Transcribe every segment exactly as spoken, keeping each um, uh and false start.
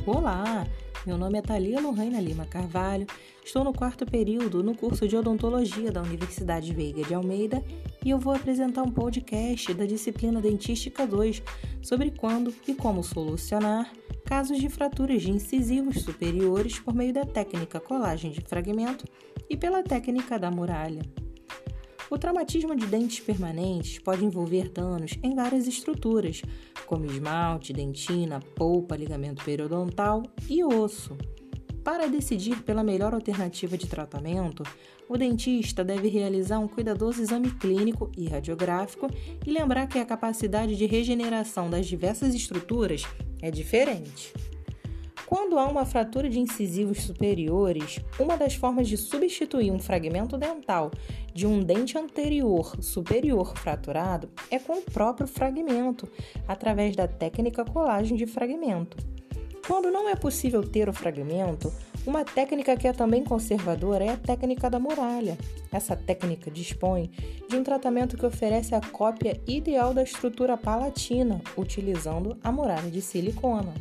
Olá, meu nome é Thalia Lohana Lima Carvalho, estou no quarto período no curso de Odontologia da Universidade Veiga de Almeida e eu vou apresentar um podcast da disciplina Dentística dois sobre quando e como solucionar casos de fraturas de incisivos superiores por meio da técnica colagem de fragmento e pela técnica da muralha. O traumatismo de dentes permanentes pode envolver danos em várias estruturas, como esmalte, dentina, polpa, ligamento periodontal e osso. Para decidir pela melhor alternativa de tratamento, o dentista deve realizar um cuidadoso exame clínico e radiográfico e lembrar que a capacidade de regeneração das diversas estruturas é diferente. Quando há uma fratura de incisivos superiores, uma das formas de substituir um fragmento dental de um dente anterior superior fraturado é com o próprio fragmento, através da técnica colagem de fragmento. Quando não é possível ter o fragmento, uma técnica que é também conservadora é a técnica da muralha. Essa técnica dispõe de um tratamento que oferece a cópia ideal da estrutura palatina, utilizando a muralha de silicona.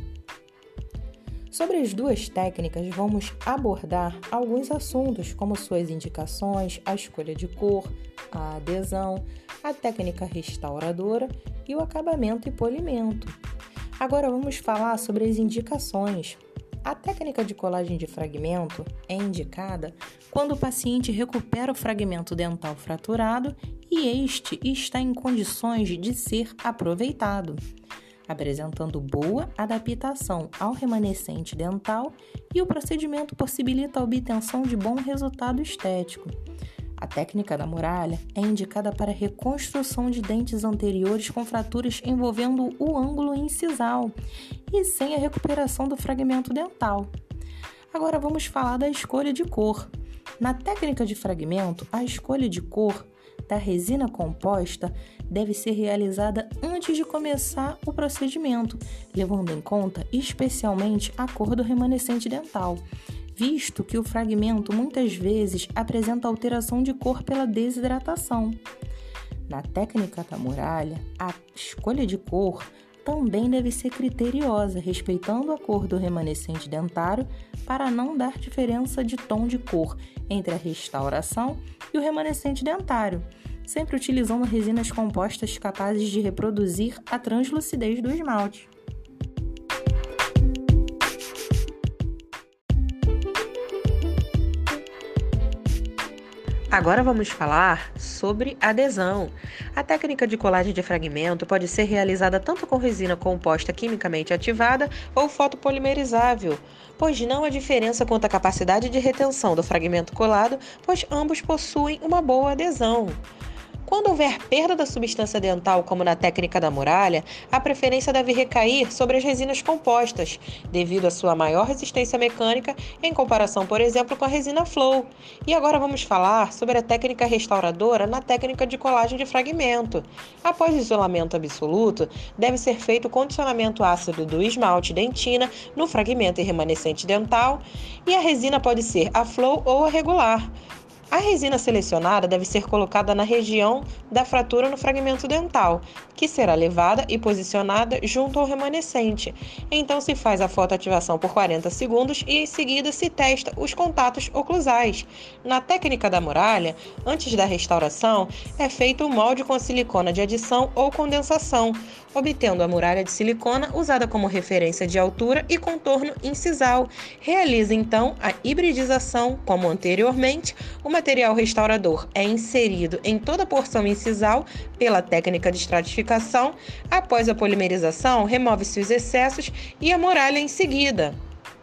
Sobre as duas técnicas, vamos abordar alguns assuntos, como suas indicações, a escolha de cor, a adesão, a técnica restauradora e o acabamento e polimento. Agora vamos falar sobre as indicações. A técnica de colagem de fragmento é indicada quando o paciente recupera o fragmento dental fraturado e este está em condições de ser aproveitado, apresentando boa adaptação ao remanescente dental e o procedimento possibilita a obtenção de bom resultado estético. A técnica da muralha é indicada para a reconstrução de dentes anteriores com fraturas envolvendo o ângulo incisal e sem a recuperação do fragmento dental. Agora vamos falar da escolha de cor. Na técnica de fragmento, a escolha de cor da resina composta deve ser realizada antes de começar o procedimento, levando em conta especialmente a cor do remanescente dental, visto que o fragmento muitas vezes apresenta alteração de cor pela desidratação. Na técnica da muralha, a escolha de cor também deve ser criteriosa, respeitando a cor do remanescente dentário para não dar diferença de tom de cor entre a restauração e o remanescente dentário, sempre utilizando resinas compostas capazes de reproduzir a translucidez do esmalte. Agora vamos falar sobre adesão. A técnica de colagem de fragmento pode ser realizada tanto com resina composta quimicamente ativada ou fotopolimerizável, pois não há diferença quanto à capacidade de retenção do fragmento colado, pois ambos possuem uma boa adesão. Quando houver perda da substância dental, como na técnica da muralha, a preferência deve recair sobre as resinas compostas, devido à sua maior resistência mecânica em comparação, por exemplo, com a resina Flow. E agora vamos falar sobre a técnica restauradora na técnica de colagem de fragmento. Após o isolamento absoluto, deve ser feito o condicionamento ácido do esmalte dentina no fragmento e remanescente dental, e a resina pode ser a Flow ou a regular. A resina selecionada deve ser colocada na região da fratura no fragmento dental, que será levada e posicionada junto ao remanescente. Então se faz a fotoativação por quarenta segundos e em seguida se testa os contatos oclusais. Na técnica da muralha, antes da restauração, é feito o molde com silicona de adição ou condensação, obtendo a muralha de silicona usada como referência de altura e contorno incisal. Realiza então a hibridização, como anteriormente. O material restaurador é inserido em toda a porção incisal pela técnica de estratificação. Após a polimerização, remove-se os excessos e a muralha em seguida.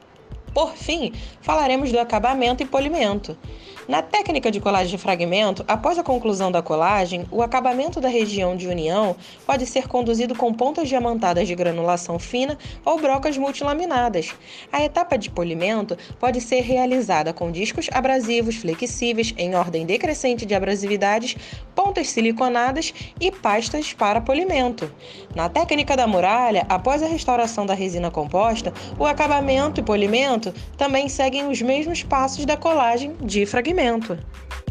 Por fim, falaremos do acabamento e polimento. Na técnica de colagem de fragmento, após a conclusão da colagem, o acabamento da região de união pode ser conduzido com pontas diamantadas de granulação fina ou brocas multilaminadas. A etapa de polimento pode ser realizada com discos abrasivos flexíveis em ordem decrescente de abrasividades, pontas siliconadas e pastas para polimento. Na técnica da muralha, após a restauração da resina composta, o acabamento e polimento também seguem os mesmos passos da colagem de fragmento.